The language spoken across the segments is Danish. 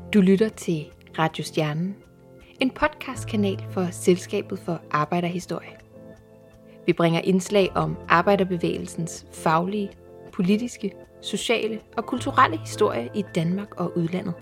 Du lytter til Radio Stjernen, en podcastkanal for Selskabet for Arbejderhistorie. Vi bringer indslag om arbejderbevægelsens faglige, politiske, sociale og kulturelle historie i Danmark og udlandet.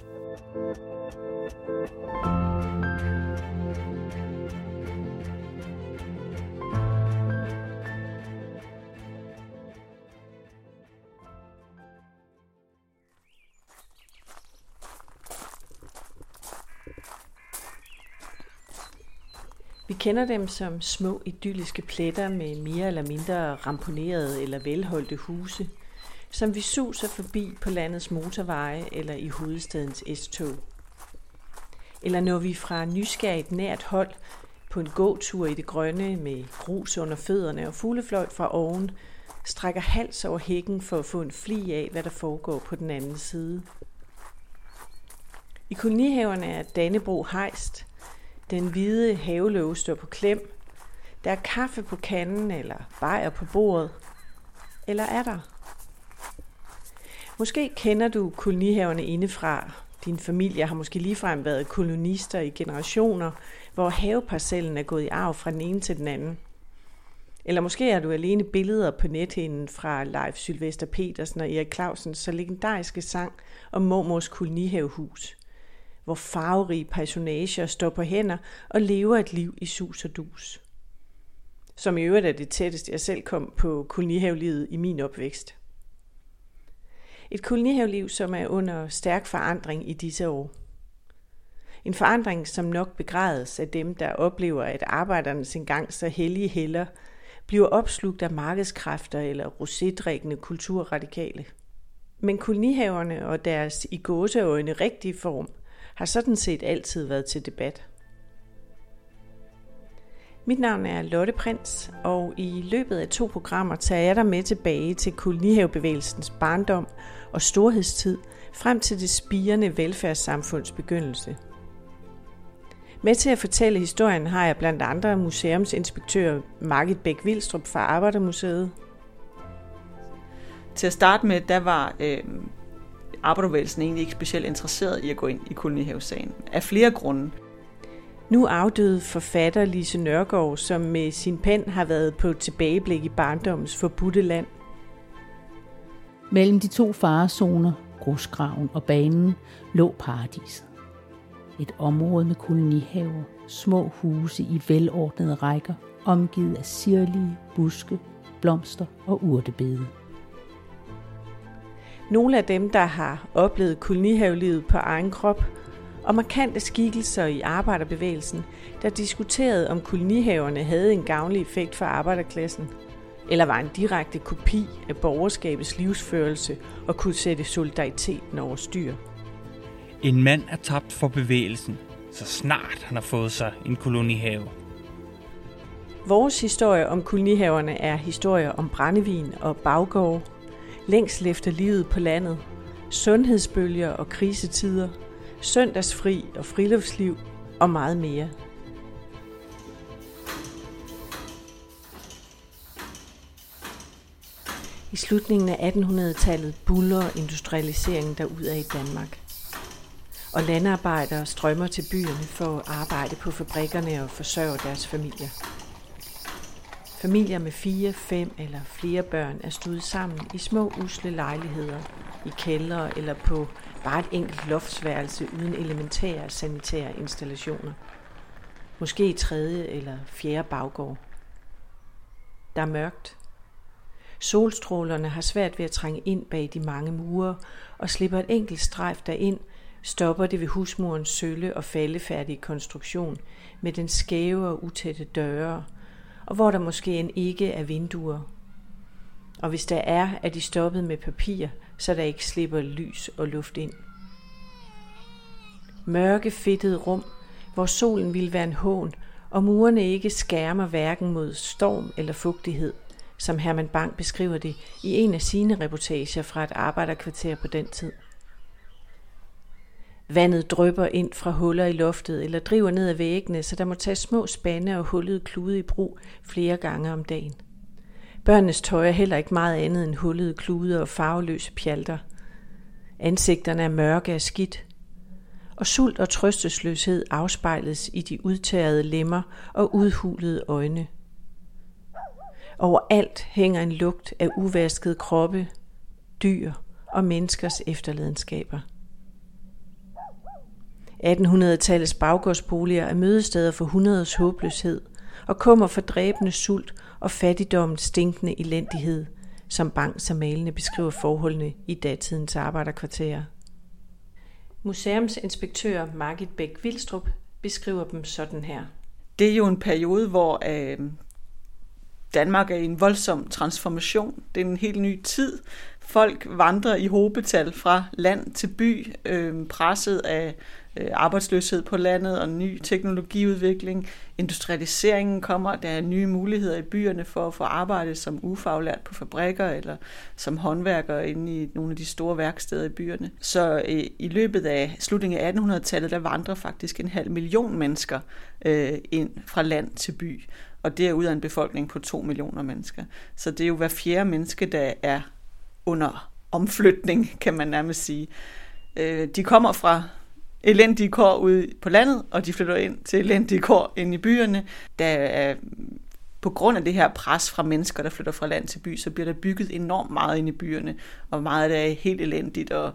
Vi kender dem som små idylliske pletter med mere eller mindre ramponerede eller velholdte huse, som vi suser forbi på landets motorveje eller i hovedstadens S-tog. Eller når vi fra nysgerrigt nært hold på en gåtur i det grønne med grus under fødderne og fuglefløjt fra oven, strækker hals over hækken for at få en fli af, hvad der foregår på den anden side. I kolonihaverne er Dannebrog hejst. Den hvide havelåge står på klem. Der er kaffe på kanden eller bajer på bordet. Eller er der? Måske kender du kolonihaverne indefra. Din familie har måske ligefrem været kolonister i generationer, hvor haveparcellen er gået i arv fra den ene til den anden. Eller måske er du alene billeder på nethinden fra Leif Sylvester Petersen og Erik Clausens så legendariske sang om mormors kolonihavehus, hvor farverige personager står på hænder og lever et liv i sus og dus. Som i øvrigt er det tætteste, jeg selv kom på kolonihavelivet i min opvækst. Et kolonihaveliv, som er under stærk forandring i disse år. En forandring, som nok begrædes af dem, der oplever, at arbejdernes engang så hellige heller bliver opslugt af markedskræfter eller rosédrikkende kulturradikale. Men kolonihaverne og deres i gåseøjne rigtige form har sådan set altid været til debat. Mit navn er Lotte Prins, og i løbet af 2 programmer tager jeg dig med tilbage til kolonihavebevægelsens barndom og storhedstid frem til det spirende velfærdssamfunds begyndelse. Med til at fortælle historien har jeg blandt andre museumsinspektør Margit Bech-Vilstrup fra Arbejdermuseet. Til at starte med, der var arbejderbevægelsen egentlig ikke specielt interesseret i at gå ind i kolonihavesagen, af flere grunde. Nu afdøde forfatter Lise Nørgaard, som med sin pen har været på tilbageblik i barndommens forbudte land. Mellem de 2 farezoner, grusgraven og banen, lå paradiset. Et område med kolonihaver, små huse i velordnede rækker, omgivet af sirlige buske, blomster og urtebede. Nogle af dem, der har oplevet kolonihavelivet på egen krop, og markante skikkelser i arbejderbevægelsen, der diskuterede, om kolonihaverne havde en gavnlig effekt for arbejderklassen, eller var en direkte kopi af borgerskabets livsførelse og kunne sætte solidariteten over styr. En mand er tabt for bevægelsen, så snart han har fået sig en kolonihave. Vores historie om kolonihaverne er historier om brændevin og baggård, længsel efter livet på landet, sundhedsbølger og krisetider, søndagsfri og friluftsliv og meget mere. I slutningen af 1800-tallet buldrer industrialiseringen derudad i Danmark. Og landarbejdere strømmer til byerne for at arbejde på fabrikkerne og forsørge deres familier. Familier med 4, 5 eller flere børn er stuet sammen i små usle lejligheder, i kældre eller på bare et enkelt loftsværelse uden elementære sanitære installationer. Måske i 3. eller 4. baggård. Der er mørkt. Solstrålerne har svært ved at trænge ind bag de mange mure, og slipper et enkelt strejf derind, stopper det ved husmurens sølle og faldefærdige konstruktion med den skæve og utætte døre, og hvor der måske end ikke er vinduer. Og hvis der er de stoppet med papir, så der ikke slipper lys og luft ind. Mørke, fedtede rum, hvor solen ville være en hån, og murene ikke skærmer hverken mod storm eller fugtighed, som Herman Bang beskriver det i en af sine reportager fra et arbejderkvarter på den tid. Vandet drypper ind fra huller i loftet eller driver ned ad væggene, så der må tage små spande og hullede klude i brug flere gange om dagen. Børnenes tøj er heller ikke meget andet end hullede kluder og farveløse pjalter. Ansigterne er mørke af skidt, og sult og trøstesløshed afspejles i de udtørrede lemmer og udhulede øjne. Overalt hænger en lugt af uvaskede kroppe, dyr og menneskers efterladenskaber. 1800-tallets baggårdsboliger er mødesteder for hundredes håbløshed og kommer for dræbende sult og fattigdommens stinkende elendighed, som Bangs og malende beskriver forholdene i datidens arbejderkvarterer. Museumsinspektør Margit Bech-Vilstrup beskriver dem sådan her. Det er jo en periode, hvor Danmark er i en voldsom transformation. Det er en helt ny tid. Folk vandrer i hobetal fra land til by, presset af arbejdsløshed på landet og ny teknologiudvikling. Industrialiseringen kommer, der er nye muligheder i byerne for at få arbejde som ufaglært på fabrikker eller som håndværker inde i nogle af de store værksteder i byerne. Så i løbet af slutningen af 1800-tallet, der vandrer faktisk 500.000 mennesker ind fra land til by. Og det er ud af en befolkning på 2 millioner mennesker. Så det er jo hver fjerde menneske, der er under omflytning, kan man nærmest sige. De kommer fra elendige kår ude på landet, og de flytter ind til elendige kår ind i byerne. Der er, på grund af det her pres fra mennesker, der flytter fra land til by, så bliver der bygget enormt meget ind i byerne, og meget af det er helt elendigt, og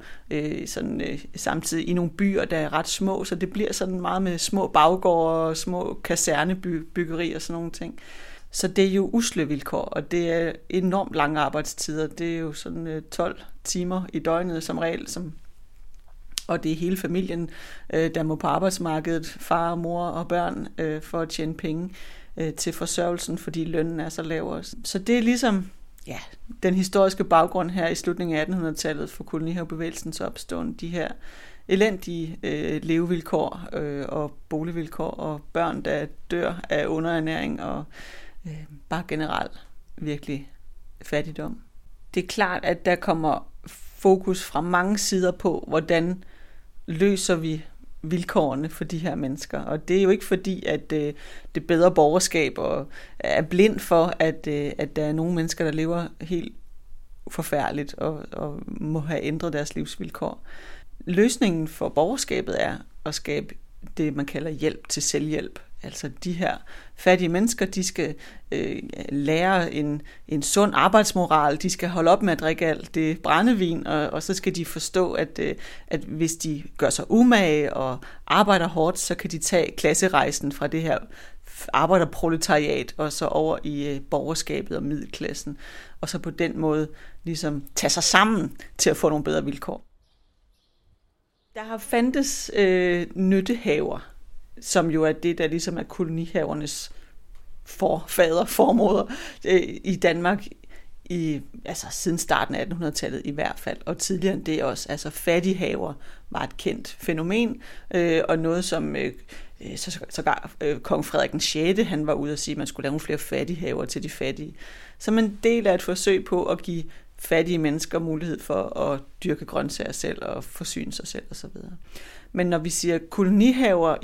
samtidig i nogle byer, der er ret små, så det bliver sådan meget med små baggårde og små kasernebyggerier og sådan nogle ting. Så det er jo usle vilkår, og det er enormt lange arbejdstider. Det er jo sådan 12 timer i døgnet som regel, og det er hele familien, der må på arbejdsmarkedet, far og mor og børn, for at tjene penge til forsørgelsen, fordi lønnen er så lav også. Så det er ligesom den historiske baggrund her i slutningen af 1800-tallet for kolonihavebevægelsens opståen. De her elendige levevilkår og boligvilkår og børn, der dør af underernæring og bare generelt virkelig fattigdom. Det er klart, at der kommer fokus fra mange sider på, hvordan løser vi vilkårene for de her mennesker. Og det er jo ikke fordi, at det bedre borgerskab er blind for, at der er nogle mennesker, der lever helt forfærdeligt og må have ændret deres livsvilkår. Løsningen for borgerskabet er at skabe det, man kalder hjælp til selvhjælp. Altså de her fattige mennesker, de skal lære en sund arbejdsmoral, de skal holde op med at drikke alt det brændevin, og så skal de forstå, at hvis de gør sig umage og arbejder hårdt, så kan de tage klasserejsen fra det her arbejderproletariat og så over i borgerskabet og middelklassen, og så på den måde ligesom tage sig sammen til at få nogle bedre vilkår. Der har fandtes nyttehaver, som jo er det, der ligesom er kolonihavernes formoder i Danmark, siden starten af 1800-tallet i hvert fald, og tidligere end det også. Altså fattighaver var et kendt fænomen, og noget som sågar kong Frederik den 6., han var ude at sige, at man skulle lave nogle flere fattighaver til de fattige. Som en del af et forsøg på at give fattige mennesker mulighed for at dyrke grøntsager selv og forsyne sig selv osv. Men når vi siger kolonihaver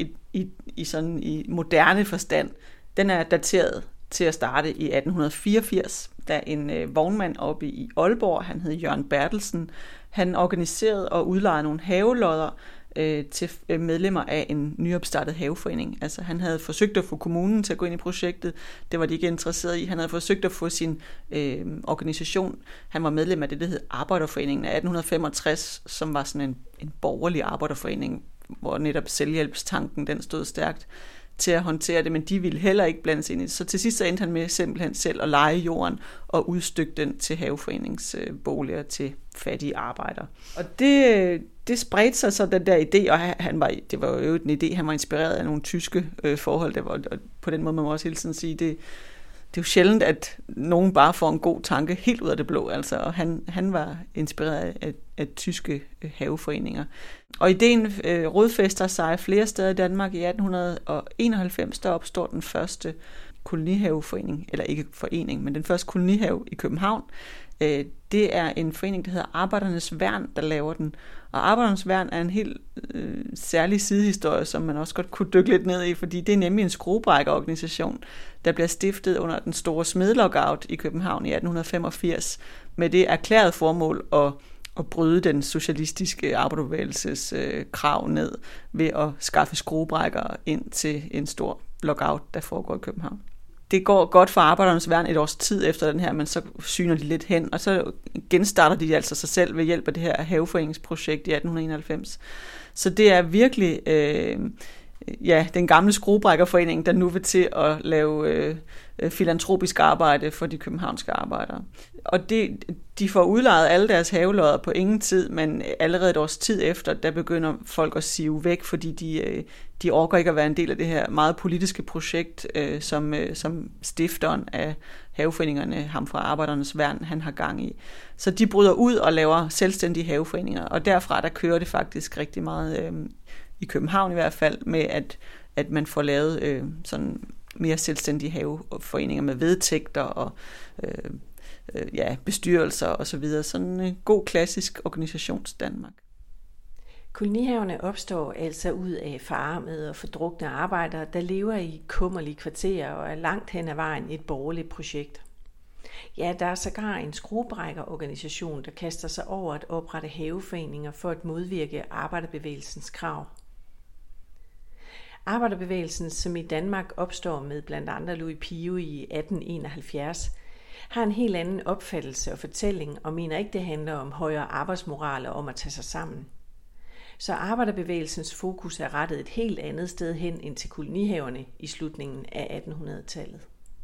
i moderne forstand, den er dateret til at starte i 1884, da en vognmand oppe i Aalborg, han hed Jørgen Bertelsen, han organiserede og udlejede nogle havelodder til medlemmer af en nyopstartet haveforening. Altså han havde forsøgt at få kommunen til at gå ind i projektet, det var de ikke interesseret i. Han havde forsøgt at få sin organisation, han var medlem af det, der hed Arbejderforeningen af 1865, som var sådan en borgerlig arbejderforening, hvor netop selvhjælpstanken, den stod stærkt til at håndtere det, men de ville heller ikke blandes ind i det. Så til sidst så endte han med simpelthen selv at leje jorden og udstykke den til haveforeningsboliger til fattige arbejdere. Og det spredte sig så den der idé, og det var jo en idé, han var inspireret af nogle tyske forhold, og på den måde man må også hele tiden sige, det er jo sjældent, at nogen bare får en god tanke helt ud af det blå, altså, og han var inspireret af tyske haveforeninger. Og ideen rodfæster sig flere steder i Danmark. I 1891, der opstår den første kolonihaveforening, eller ikke forening, men den første kolonihave i København. Det er en forening, der hedder Arbejdernes Værn, der laver den. Og Arbejdernes Værn er en helt særlig sidehistorie, som man også godt kunne dykke lidt ned i, fordi det er nemlig en skruebrækkerorganisation, der bliver stiftet under den store smedlockout i København i 1885, med det erklærede formål at at bryde den socialistiske arbejderbevægelses krav ned ved at skaffe skruebrækkere ind til en stor lockout, der foregår i København. Det går godt for Arbejdernes Værn et års tid efter den her, men så syner de lidt hen, og så genstarter de altså sig selv ved hjælp af det her haveforeningsprojekt i 1891. Så det er virkelig den gamle skruebrækkerforening, der nu vil til at lave filantropisk arbejde for de københavnske arbejdere. Og de får udlejet alle deres havelodder på ingen tid, men allerede et års tid efter, der begynder folk at sive væk, fordi de orker ikke at være en del af det her meget politiske projekt, som stifteren af haveforeningerne, ham fra Arbejdernes Værn, han har gang i. Så de bryder ud og laver selvstændige haveforeninger, og derfra der kører det faktisk rigtig meget i København i hvert fald, med at man får lavet sådan mere selvstændige haveforeninger med vedtægter og bestyrelser og så videre. Sådan en god klassisk organisationsdanmark. Kolonihaverne opstår altså ud af forarmede og fordrukne arbejdere, der lever i kummerlige kvarterer og er langt hen ad vejen et borgerligt projekt. Ja, der er sågar en skruebrækkerorganisation, der kaster sig over at oprette haveforeninger for at modvirke arbejderbevægelsens krav. Arbejderbevægelsen, som i Danmark opstår med blandt andre Louis Pio i 1871, har en helt anden opfattelse og fortælling og mener ikke, det handler om højere arbejdsmoral og om at tage sig sammen. Så arbejderbevægelsens fokus er rettet et helt andet sted hen end til kolonihaverne i slutningen af 1800-tallet.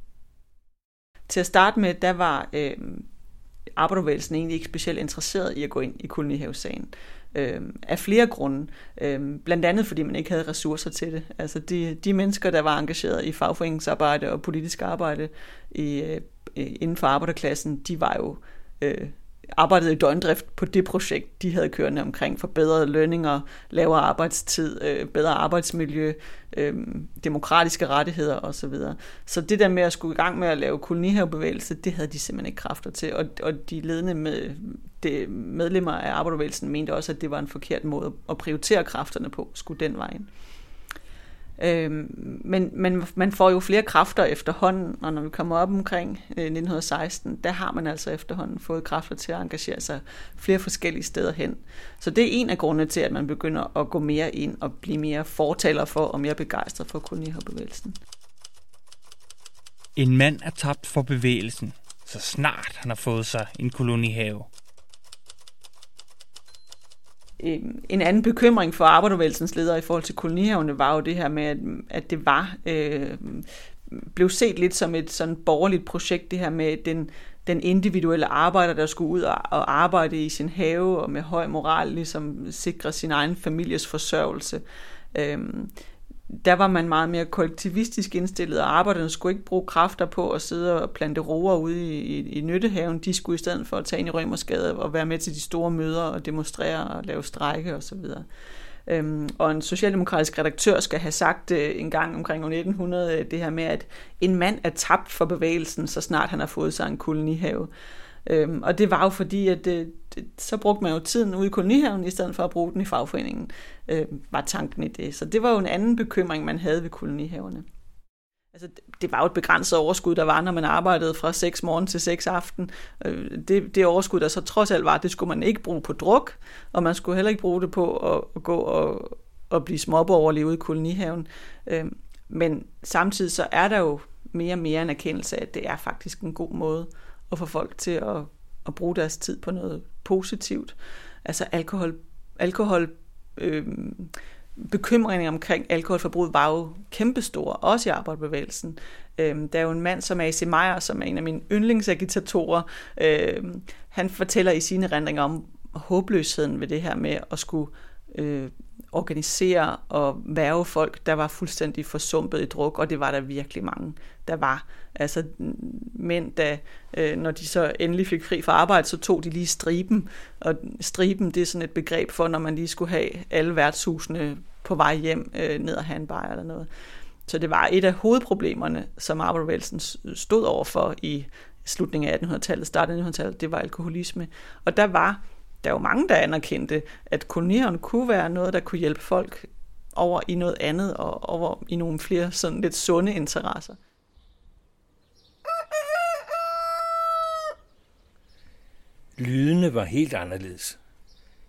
Til at starte med, der var arbejderbevægelsen egentlig ikke specielt interesseret i at gå ind i kolonihavesagen. Af flere grunde. Blandt andet fordi man ikke havde ressourcer til det. Altså de mennesker, der var engageret i fagforeningsarbejde og politisk arbejde inden for arbejderklassen, de var jo arbejdede i døgndrift på det projekt, de havde kørende omkring forbedrede lønninger, lavere arbejdstid, bedre arbejdsmiljø, demokratiske rettigheder osv. Så det der med at skulle i gang med at lave kolonihavebevægelse, det havde de simpelthen ikke kræfter til, og de ledende medlemmer af arbejderbevægelsen mente også, at det var en forkert måde at prioritere kræfterne på, skulle den vej ind. Men man får jo flere kræfter efterhånden, og når vi kommer op omkring 1916, der har man altså efterhånden fået kræfter til at engagere sig flere forskellige steder hen. Så det er en af grundene til, at man begynder at gå mere ind og blive mere fortaler for og mere begejstret for kolonihavebevægelsen. En mand er tabt for bevægelsen, så snart han har fået sig en kolonihave. En anden bekymring for arbejderbevægelsens ledere i forhold til kolonihaverne var jo det her med, at det blev set lidt som et sådan borgerligt projekt, det her med den individuelle arbejder, der skulle ud og arbejde i sin have og med høj moral, ligesom sikre sin egen families forsørgelse. Der var man meget mere kollektivistisk indstillet, og arbejderne skulle ikke bruge kræfter på at sidde og plante roer ude i nyttehaven. De skulle i stedet for at tage ind i Rømersgade og være med til de store møder og demonstrere og lave strejke osv. Og en socialdemokratisk redaktør skal have sagt en gang omkring 1900 det her med, at en mand er tabt for bevægelsen, så snart han har fået sig en kolonihave. Og det var jo fordi, at så brugte man jo tiden ude i kolonihaven, i stedet for at bruge den i fagforeningen, var tanken i det. Så det var jo en anden bekymring, man havde ved kolonihaverne. Altså, det var jo et begrænset overskud, der var, når man arbejdede fra 6 morgen til 6 aften. Det overskud, der så trods alt var, det skulle man ikke bruge på druk, og man skulle heller ikke bruge det på at gå og blive småborgerlig ude i kolonihaven. Men samtidig så er der jo mere og mere en erkendelse af, at det er faktisk en god måde at få folk til at bruge deres tid på noget positivt. Altså bekymringen omkring alkoholforbrug var jo kæmpestor, også i arbejderbevægelsen. Der er jo en mand som A.C. Meyer, som er en af mine yndlingsagitatorer. Han fortæller i sine erindringer om håbløsheden ved det her med at skulle organisere og hverve folk, der var fuldstændig forsumpet i druk, og det var der virkelig mange, der var. Altså mænd, der, når de så endelig fik fri fra arbejde, så tog de lige striben, og striben, det er sådan et begreb for, når man lige skulle have alle værtshusene på vej hjem, ned og have en bajer eller noget. Så det var et af hovedproblemerne, som arbejderbevægelsen stod overfor i slutningen af 1800-tallet, starten af 1900-tallet, det var alkoholisme. Og der var jo mange, der anerkendte, at kolonihaverne kunne være noget, der kunne hjælpe folk over i noget andet, og over i nogle flere sådan lidt sunde interesser. Lydene var helt anderledes.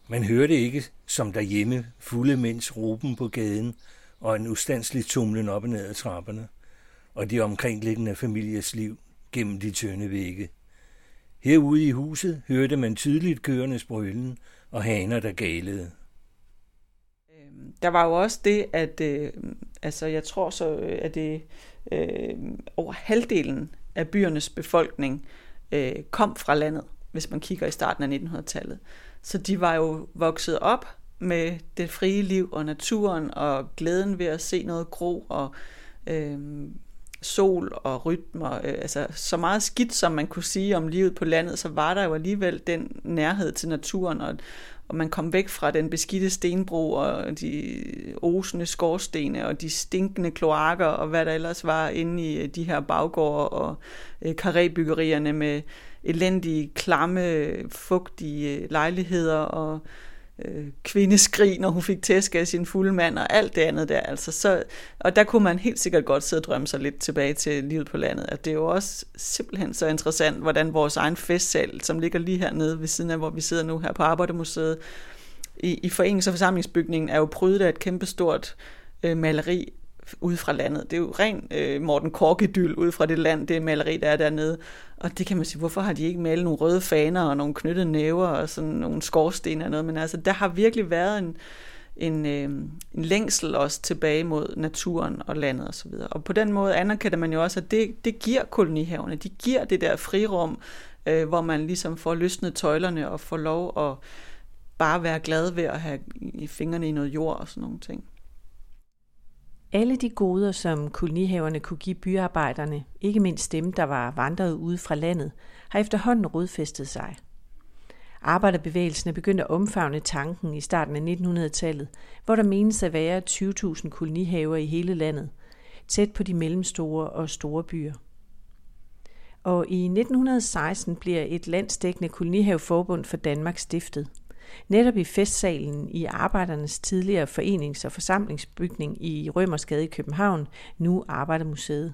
Man hørte ikke, som derhjemme, fulde mænds råben på gaden og en ustandselig tumlen op og ned ad trapperne, og de omkringliggende familiers liv gennem de tynde vægge. Herude i huset hørte man tydeligt køernes brølen og haner, der galede. Der var jo også det, at jeg tror så, at det over halvdelen af byernes befolkning kom fra landet, hvis man kigger i starten af 1900-tallet. Så de var jo vokset op med det frie liv og naturen og glæden ved at se noget gro og sol og rytmer. Altså så meget skidt, som man kunne sige om livet på landet, så var der jo alligevel den nærhed til naturen, og man kom væk fra den beskidte stenbro og de osende skorstene og de stinkende kloakker og hvad der ellers var inde i de her baggårde og karrébyggerierne med elendige, klamme, fugtige lejligheder og kvindeskrig, når hun fik tæsk af sin fulde mand og alt det andet der. Altså, og der kunne man helt sikkert godt sidde og drømme sig lidt tilbage til livet på landet. At det er jo også simpelthen så interessant, hvordan vores egen festsal, som ligger lige hernede ved siden af, hvor vi sidder nu her på Arbejdermuseet, i forenings- og forsamlingsbygningen, er jo prydet af et kæmpestort maleri ude fra landet. Det er jo ren Morten Korch-idyl ude fra det land, det maleri, der er dernede. Og det kan man sige, hvorfor har de ikke malet nogle røde faner og nogle knyttede næver og sådan nogle skorstene og noget, men altså, der har virkelig været en længsel også tilbage mod naturen og landet og så videre. Og på den måde anerkender man jo også, at det giver kolonihaverne, de giver det der frirum, hvor man ligesom får løsnet tøjlerne og får lov at bare være glad ved at have fingrene i noget jord og sådan nogle ting. Alle de goder, som kolonihaverne kunne give byarbejderne, ikke mindst dem, der var vandret ude fra landet, har efterhånden rodfæstet sig. Arbejderbevægelsen er begyndt at omfavne tanken i starten af 1900-tallet, hvor der menes at være 20.000 kolonihaver i hele landet, tæt på de mellemstore og store byer. Og i 1916 bliver et landsdækkende kolonihaveforbund for Danmark stiftet. Netop i festsalen i Arbejdernes tidligere forenings- og forsamlingsbygning i Rømersgade i København, nu Arbejdermuseet.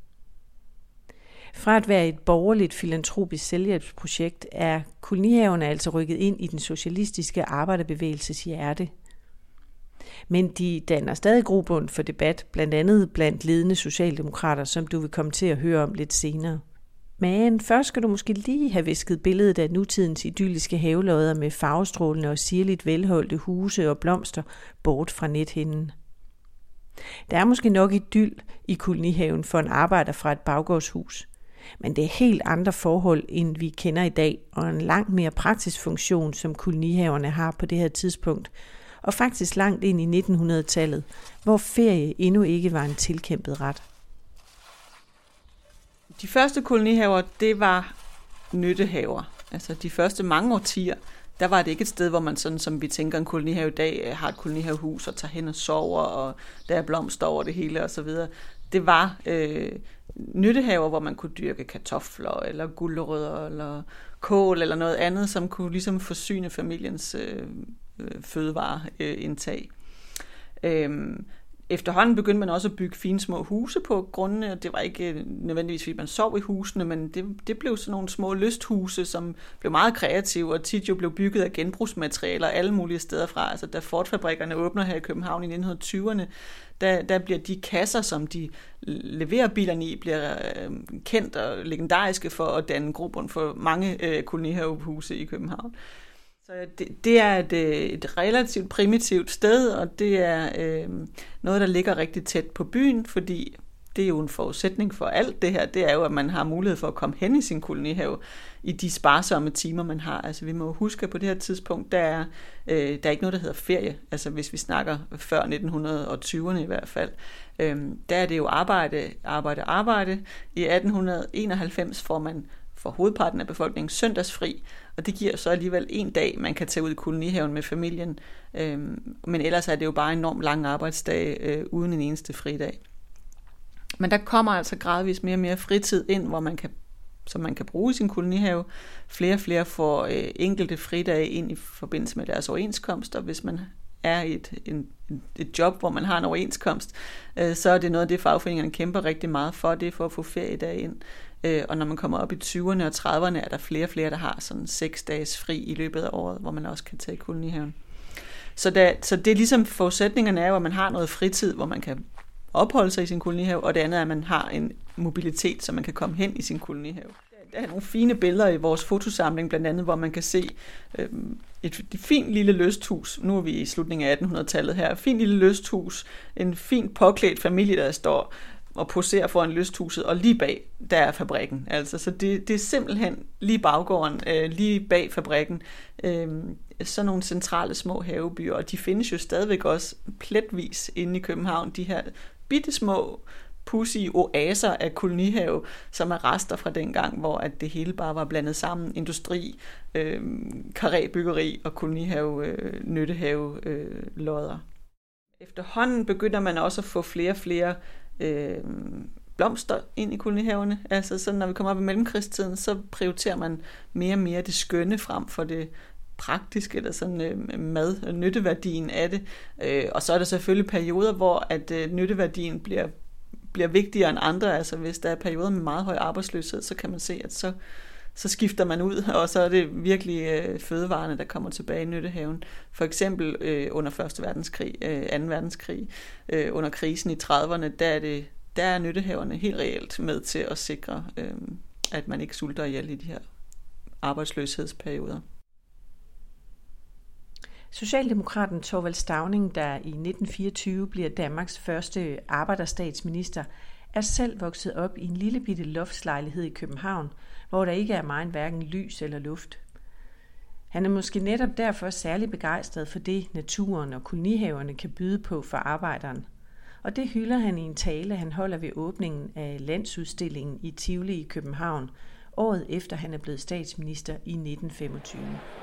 Fra at være et borgerligt filantropisk selvhjælpsprojekt er kolonihaverne altså rykket ind i den socialistiske arbejderbevægelses hjerte. Men de danner stadig grobund for debat, blandt andet blandt ledende socialdemokrater, som du vil komme til at høre om lidt senere. Men først skal du måske lige have visket billedet af nutidens idylliske havelodder med farvestrålende og sirligt velholdte huse og blomster bort fra nethinden. Der er måske nok idyl i kolonihaven for en arbejder fra et baggårdshus, men det er helt andre forhold, end vi kender i dag, og en langt mere praktisk funktion, som kolonihaverne har på det her tidspunkt, og faktisk langt ind i 1900-tallet, hvor ferie endnu ikke var en tilkæmpet ret. De første kolonihaver, det var nyttehaver. Altså de første mange årtier, der var det ikke et sted, hvor man sådan, som vi tænker en kolonihave i dag, har et kolonihavehus og tager hen og sover, og der er blomster over det hele og så videre. Det var nyttehaver, hvor man kunne dyrke kartofler, eller gulerødder, eller kål, eller noget andet, som kunne ligesom forsyne familiens fødevareindtag. Efterhånden begyndte man også at bygge fine små huse på grundene, og det var ikke nødvendigvis, fordi man sov i husene, men det blev sådan nogle små lysthuse, som blev meget kreative, og tit jo blev bygget af genbrugsmaterialer alle mulige steder fra. Altså da Ford-fabrikkerne åbner her i København i 1920'erne, der bliver de kasser, som de leverer bilerne i, bliver kendt og legendariske for at danne grobund for mange kolonihavehuse i København. Så det er et relativt primitivt sted, og det er noget, der ligger rigtig tæt på byen, fordi det er jo en forudsætning for alt det her. Det er jo, at man har mulighed for at komme hen i sin kolonihave i de sparsomme timer, man har. Altså vi må huske, at på det her tidspunkt, der er ikke noget, der hedder ferie. Altså hvis vi snakker før 1920'erne i hvert fald. Der er det jo arbejde. I 1891 får man for hovedparten af befolkningen søndagsfri, og det giver så alligevel en dag, man kan tage ud i kolonihaven med familien, men ellers er det jo bare en enormt lang arbejdsdag uden en eneste fridag. Men der kommer altså gradvist mere og mere fritid ind, som man kan bruge i sin kolonihave. Flere og flere får enkelte fridage ind i forbindelse med deres overenskomster, hvis man er et job, hvor man har en overenskomst, så er det noget af det, fagforeningerne kæmper rigtig meget for, det er for at få feriedage ind. Og når man kommer op i 20'erne og 30'erne, er der flere og flere, der har sådan 6 dages fri i løbet af året, hvor man også kan tage i kolonihaven. Så det er ligesom forudsætningerne er jo, at man har noget fritid, hvor man kan opholde sig i sin kolonihave, og det andet er, at man har en mobilitet, så man kan komme hen i sin kolonihave. Der er nogle fine billeder i vores fotosamling, blandt andet, hvor man kan se et fint lille lysthus. Nu er vi i slutningen af 1800-tallet her. Et fint lille lysthus, en fint påklædt familie, der står og poserer foran lysthuset, og lige bag, der er fabrikken. Altså, så det er simpelthen lige baggården, lige bag fabrikken. Sådan nogle centrale små havebyer, og de findes jo stadigvæk også pletvis inde i København, de her bittesmå pudsige oaser af kolonihave, som er rester fra dengang, hvor at det hele bare var blandet sammen. Industri, karrébyggeri og kolonihave, nyttehave, lodder. Efterhånden begynder man også at få flere og flere blomster ind i kolonihaverne. Altså så når vi kommer op i mellemkrigstiden, så prioriterer man mere og mere det skønne frem for det praktiske, eller sådan mad- og nytteværdien af det. Og så er der selvfølgelig perioder, hvor at nytteværdien bliver vigtigere end andre. Altså hvis der er perioder med meget høj arbejdsløshed, så kan man se, at så skifter man ud, og så er det virkelig fødevarene, der kommer tilbage i nyttehaven. For eksempel under 1. verdenskrig, 2. verdenskrig, under krisen i 30'erne, der er nyttehaverne helt reelt med til at sikre, at man ikke sulter ihjel i de her arbejdsløshedsperioder. Socialdemokraten Thorvald Stauning, der i 1924 bliver Danmarks første arbejderstatsminister, er selv vokset op i en lille bitte loftslejlighed i København, hvor der ikke er meget hverken lys eller luft. Han er måske netop derfor særlig begejstret for det, naturen og kolonihaverne kan byde på for arbejderen. Og det hylder han i en tale, han holder ved åbningen af landsudstillingen i Tivoli i København, året efter han er blevet statsminister i 1925.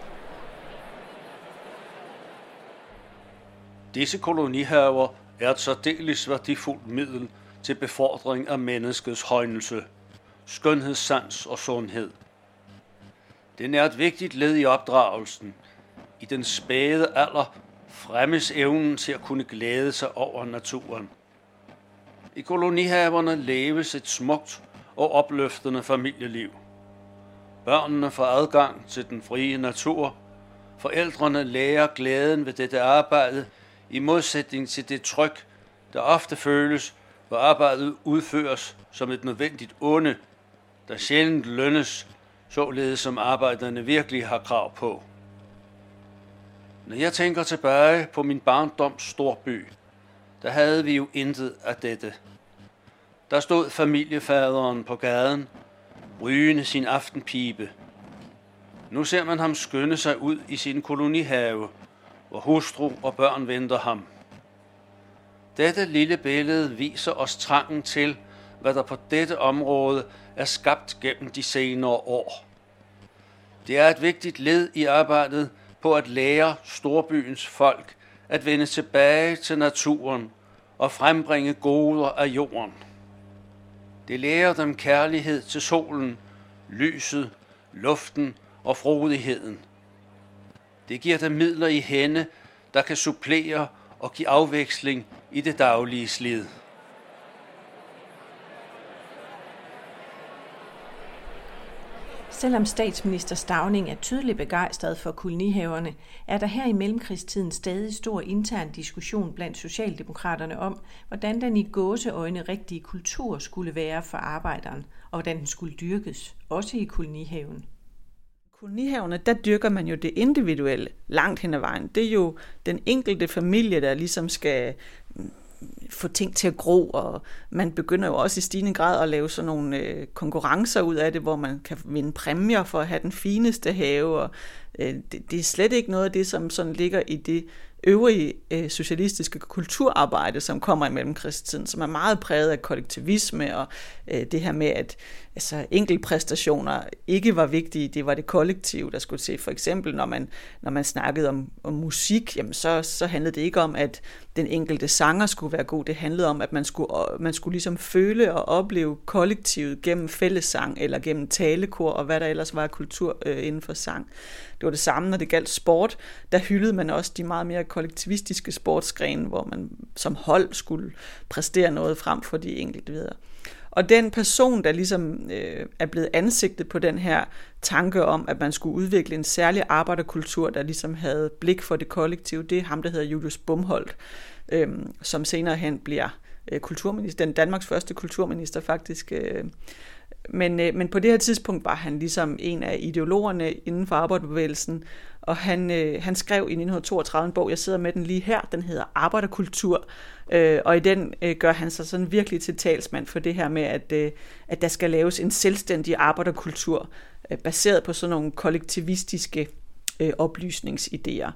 Disse kolonihaver er et særdeles værdifuldt middel til befordring af menneskets højnelse, skønhedssans og sundhed. Den er et vigtigt led i opdragelsen. I den spæde alder fremmes evnen til at kunne glæde sig over naturen. I kolonihaverne leves et smukt og opløftende familieliv. Børnene får adgang til den frie natur. Forældrene lærer glæden ved dette arbejde, i modsætning til det tryk, der ofte føles, hvor arbejdet udføres som et nødvendigt onde, der sjældent lønnes, således som arbejderne virkelig har krav på. Når jeg tænker tilbage på min barndoms storby, der havde vi jo intet af dette. Der stod familiefaderen på gaden, rygende sin aftenpibe. Nu ser man ham skynde sig ud i sin kolonihave, hvor hustru og børn venter ham. Dette lille billede viser os trangen til, hvad der på dette område er skabt gennem de senere år. Det er et vigtigt led i arbejdet på at lære storbyens folk at vende tilbage til naturen og frembringe goder af jorden. Det lærer dem kærlighed til solen, lyset, luften og frodigheden. Det giver dem midler i hænde, der kan supplere og give afveksling i det daglige slid. Selvom statsminister Stauning er tydeligt begejstret for kolonihaverne, er der her i mellemkrigstiden stadig stor intern diskussion blandt socialdemokraterne om, hvordan den i gåseøjne rigtige kultur skulle være for arbejderen, og hvordan den skulle dyrkes, også i kolonihaven. Kolonihaverne, der dyrker man jo det individuelle langt hen ad vejen. Det er jo den enkelte familie, der ligesom skal få ting til at gro, og man begynder jo også i stigende grad at lave sådan nogle konkurrencer ud af det, hvor man kan vinde præmier for at have den fineste have, og det er slet ikke noget af det, som sådan ligger i det øvrige socialistiske kulturarbejde, som kommer i mellemkrigstiden, som er meget præget af kollektivisme, og det her med, at altså, enkeltpræstationer ikke var vigtige, det var det kollektive, der skulle til. For eksempel, når man snakkede om musik, jamen så handlede det ikke om, at den enkelte sanger skulle være god, det handlede om, at man skulle ligesom føle og opleve kollektivet gennem fællessang, eller gennem talekor, og hvad der ellers var kultur inden for sang. Det var det samme, når det galt sport, der hyldede man også de meget mere kollektivistiske sportsgrene, hvor man som hold skulle præstere noget frem for de enkelte videre. Og den person, der ligesom er blevet ansigtet på den her tanke om, at man skulle udvikle en særlig arbejderkultur, der ligesom havde blik for det kollektive, det er ham, der hedder Julius Bomholt, som senere hen bliver kulturminister, den Danmarks første kulturminister faktisk. Men på det her tidspunkt var han ligesom en af ideologerne inden for arbejderbevægelsen, og han skrev i 1932 en bog, jeg sidder med den lige her, den hedder Arbejderkultur, og i den gør han sig sådan virkelig til talsmand for det her med, at der skal laves en selvstændig arbejderkultur, baseret på sådan nogle kollektivistiske oplysningsidéer.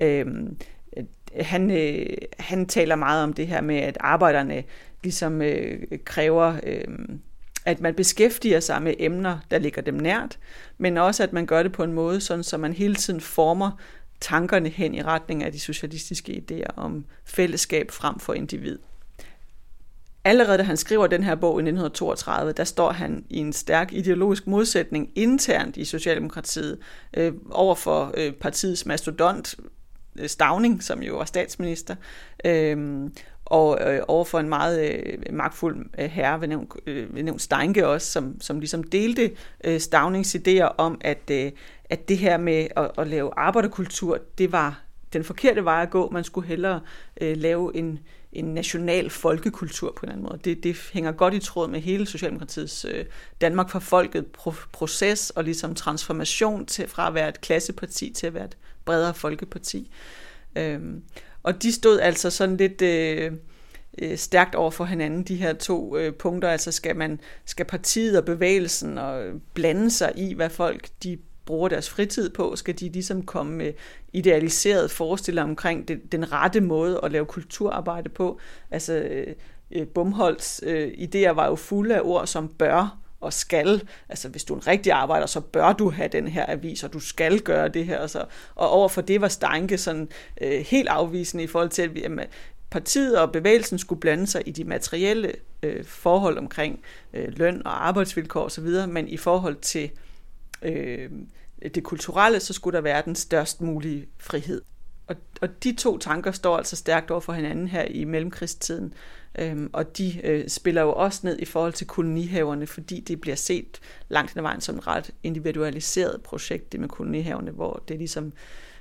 Han taler meget om det her med, at arbejderne ligesom kræver, at man beskæftiger sig med emner, der ligger dem nært, men også at man gør det på en måde, sådan så man hele tiden former tankerne hen i retning af de socialistiske idéer om fællesskab frem for individ. Allerede da han skriver den her bog i 1932, der står han i en stærk ideologisk modsætning internt i Socialdemokratiet over for partiets mastodont, Stauning, som jo var statsminister, og overfor en meget magtfuld herre ved navn Steinke også, som ligesom delte Staunings idéer om, at det her med at lave arbejderkultur, det var den forkerte vej at gå. Man skulle hellere lave en national folkekultur på en anden måde. Det hænger godt i tråd med hele Socialdemokratiets Danmark for folket proces og ligesom transformation fra at være et klasseparti til at være et bredere folkeparti. Og de stod altså sådan lidt stærkt over for hinanden, de her to punkter. Altså skal partiet og bevægelsen og blande sig i, hvad folk de bruger deres fritid på? Skal de ligesom komme med idealiseret forestillinger omkring den rette måde at lave kulturarbejde på? Altså Bomholts idéer var jo fulde af ord som bør og skal. Altså hvis du er en rigtig arbejder, så bør du have den her avis, og du skal gøre det her. Og overfor det var Steinke sådan helt afvisende i forhold til, at partiet og bevægelsen skulle blande sig i de materielle forhold omkring løn og arbejdsvilkår osv., men i forhold til det kulturelle, så skulle der være den størst mulige frihed. Og de to tanker står altså stærkt over for hinanden her i mellemkrigstiden, og de spiller jo også ned i forhold til kolonihaverne, fordi det bliver set langt hen ad vejen som et ret individualiseret projekt, det med kolonihaverne, hvor det ligesom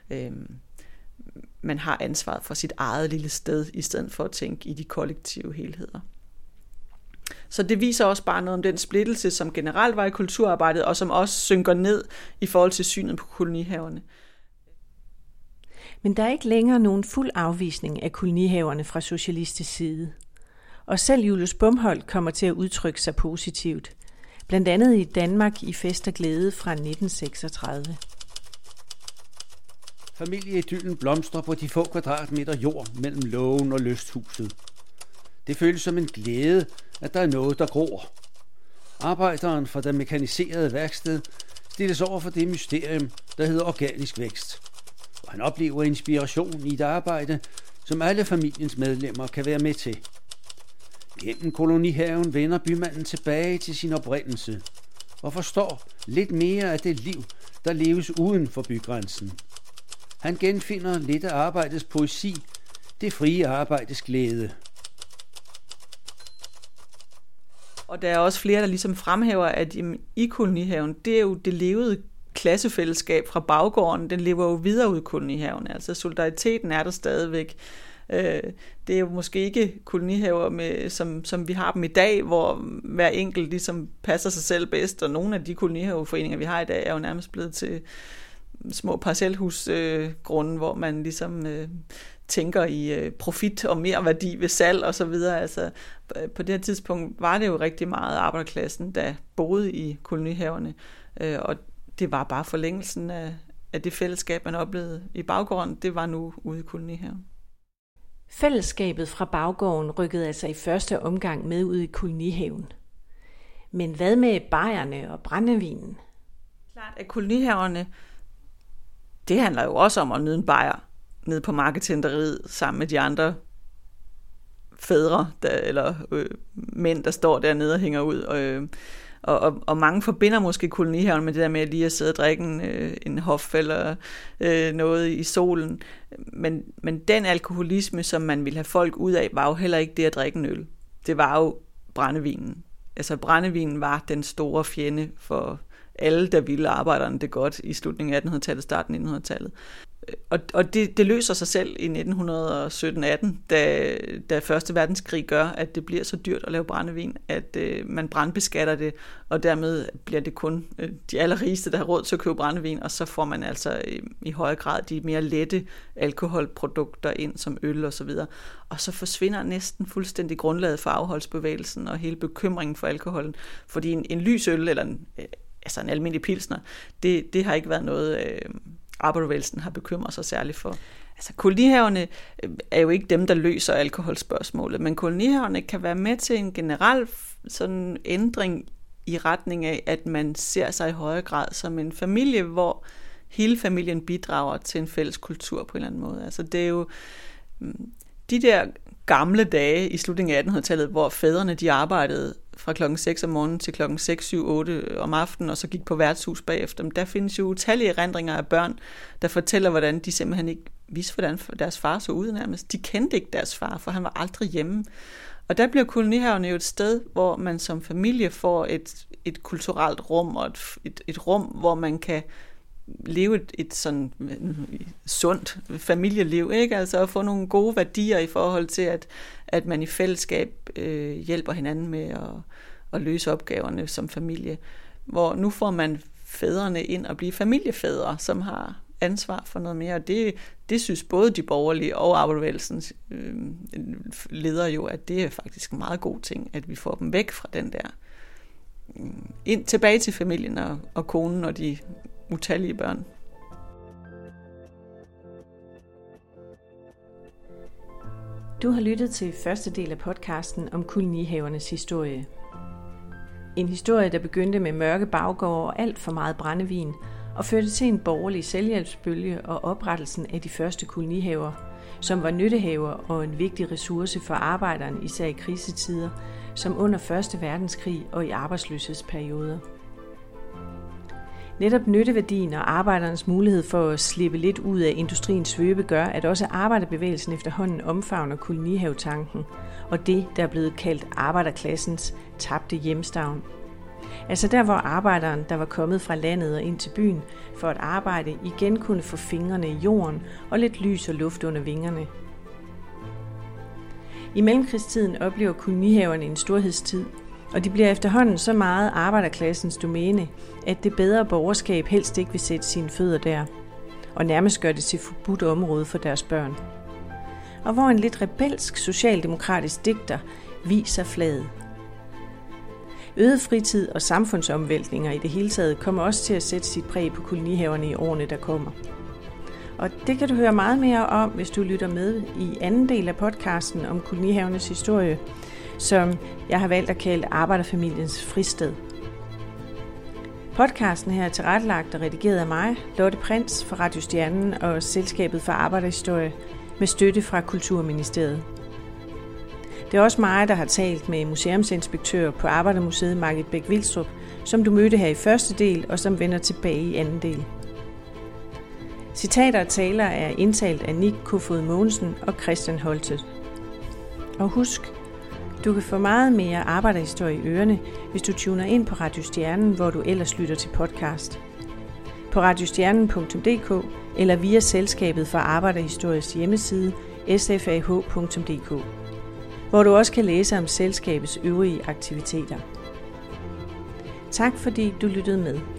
man har ansvaret for sit eget lille sted, i stedet for at tænke i de kollektive helheder. Så det viser også bare noget om den splittelse, som generelt var i kulturarbejdet, og som også synker ned i forhold til synet på kolonihaverne. Men der er ikke længere nogen fuld afvisning af kolonihaverne fra socialistisk side. Og selv Julius Bomholt kommer til at udtrykke sig positivt. Blandt andet i Danmark i Fest og Glæde fra 1936. Familieidyllen blomstrer på de få kvadratmeter jord mellem lågen og lysthuset. Det føles som en glæde, at der er noget, der gror. Arbejderen fra det mekaniserede værksted stilles over for det mysterium, der hedder organisk vækst. Og han oplever inspiration i et arbejde, som alle familiens medlemmer kan være med til. Gennem kolonihaven vender bymanden tilbage til sin oprindelse og forstår lidt mere af det liv, der leves uden for bygrænsen. Han genfinder lidt af arbejdets poesi, det frie arbejdes glæde. Og der er også flere, der ligesom fremhæver, at i kolonihaven, det er jo det levede klassefællesskab fra baggården, den lever jo videre ud i kolonihaven. Altså solidariteten er der stadigvæk. Det er jo måske ikke kolonihaver, som vi har dem i dag, hvor hver enkelt ligesom passer sig selv bedst, og nogle af de kolonihaveforeninger, vi har i dag, er jo nærmest blevet til små parcelhusgrunde, hvor man ligesom tænker i profit og mere værdi ved salg og så videre. Altså, på det her tidspunkt var det jo rigtig meget arbejderklassen, der boede i kolonihaverne, og det var bare forlængelsen af det fællesskab, man oplevede i baggården, det var nu ude i kolonihaven. Fællesskabet fra baggården rykkede altså i første omgang med ud i kolonihaven. Men hvad med bajerne og brændevinen? Klart, at kolonihaverne, det handler jo også om at nyde en bajer nede på marketenderiet sammen med de andre fædre eller mænd, der står dernede og hænger ud. Og mange forbinder måske kolonihaven med det der med lige at sidde og drikke en hof eller noget i solen. Men den alkoholisme, som man ville have folk ud af, var jo heller ikke det at drikke en øl. Det var jo brændevinen. Altså brændevinen var den store fjende for alle, der ville arbejderne det godt i slutningen af 1800-tallet, starten af 1900-tallet. Og det løser sig selv i 1917-18, da Første Verdenskrig gør, at det bliver så dyrt at lave brændevin, at man brandbeskatter det, og dermed bliver det kun de allerrigeste, der har råd til at købe brændevin, og så får man altså i højere grad de mere lette alkoholprodukter ind, som øl og så videre. Og så forsvinder næsten fuldstændig grundlaget for afholdsbevægelsen og hele bekymringen for alkoholen, fordi en lys øl eller en almindelig pilsner, det har ikke været noget arbejderbevægelsen har bekymret sig særligt for. Altså kolonihaverne er jo ikke dem, der løser alkoholspørgsmålet, men kolonihaverne kan være med til en generel sådan ændring i retning af, at man ser sig i højere grad som en familie, hvor hele familien bidrager til en fælles kultur på en eller anden måde. Altså det er jo de der gamle dage i slutningen af 1800-tallet, hvor fædrene de arbejdede fra klokken 6 om morgenen til klokken 6, 7, 8 om aftenen, og så gik på værtshus bagefter. Men der findes jo utallige erindringer af børn, der fortæller, hvordan de simpelthen ikke vidste, hvordan deres far så ud nærmest. De kendte ikke deres far, for han var aldrig hjemme. Og der bliver kolonihaverne jo et sted, hvor man som familie får et kulturelt rum, og et rum, hvor man kan leve et sådan sundt familieliv, ikke? Altså at få nogle gode værdier i forhold til, at man i fællesskab hjælper hinanden med at løse opgaverne som familie. Hvor nu får man fædrene ind og blive familiefædre, som har ansvar for noget mere. Og det synes både de borgerlige og arbejderbevægelsens ledere jo, at det er faktisk en meget god ting, at vi får dem væk fra den der ind tilbage til familien og konen og de utallige børn. Du har lyttet til første del af podcasten om kolonihavernes historie. En historie, der begyndte med mørke baggårde og alt for meget brændevin, og førte til en borgerlig selvhjælpsbølge og oprettelsen af de første kolonihaver, som var nyttehaver og en vigtig ressource for arbejderen, især i krisetider, som under 1. verdenskrig og i arbejdsløshedsperioder. Netop nytteværdien og arbejdernes mulighed for at slippe lidt ud af industriens svøbe gør, at også arbejderbevægelsen efterhånden omfavner kolonihavetanken, og det, der er blevet kaldt arbejderklassens tabte hjemstavn. Altså der, hvor arbejderen, der var kommet fra landet og ind til byen for at arbejde, igen kunne få fingrene i jorden og lidt lys og luft under vingerne. I mellemkrigstiden oplever kolonihaverne en storhedstid, og de bliver efterhånden så meget arbejderklassens domæne, at det bedre borgerskab helst ikke vil sætte sine fødder der, og nærmest gør det til forbudt område for deres børn. Og hvor en lidt rebelsk socialdemokratisk digter viser flaget. Øget fritid og samfundsomvæltninger i det hele taget kommer også til at sætte sit præg på kolonihaverne i årene, der kommer. Og det kan du høre meget mere om, hvis du lytter med i anden del af podcasten om kolonihavernes historie, som jeg har valgt at kalde Arbejderfamiliens Fristed. Podcasten her er tilrettelagt og redigeret af mig, Lotte Prins fra Radio Stjernen og Selskabet for Arbejderhistorie med støtte fra Kulturministeriet. Det er også mig, der har talt med museumsinspektør på Arbejdermuseet Margit Bech-Vilstrup, som du mødte her i første del og som vender tilbage i anden del. Citater og taler er indtalt af Nick Kofod Mogensen og Christian Holtet. Og husk, du kan få meget mere arbejderhistorie i ørerne, hvis du tuner ind på Radio Stjernen, hvor du ellers lytter til podcast. På radiostjernen.dk eller via Selskabet for Arbejderhistories hjemmeside sfah.dk, hvor du også kan læse om selskabets øvrige aktiviteter. Tak fordi du lyttede med.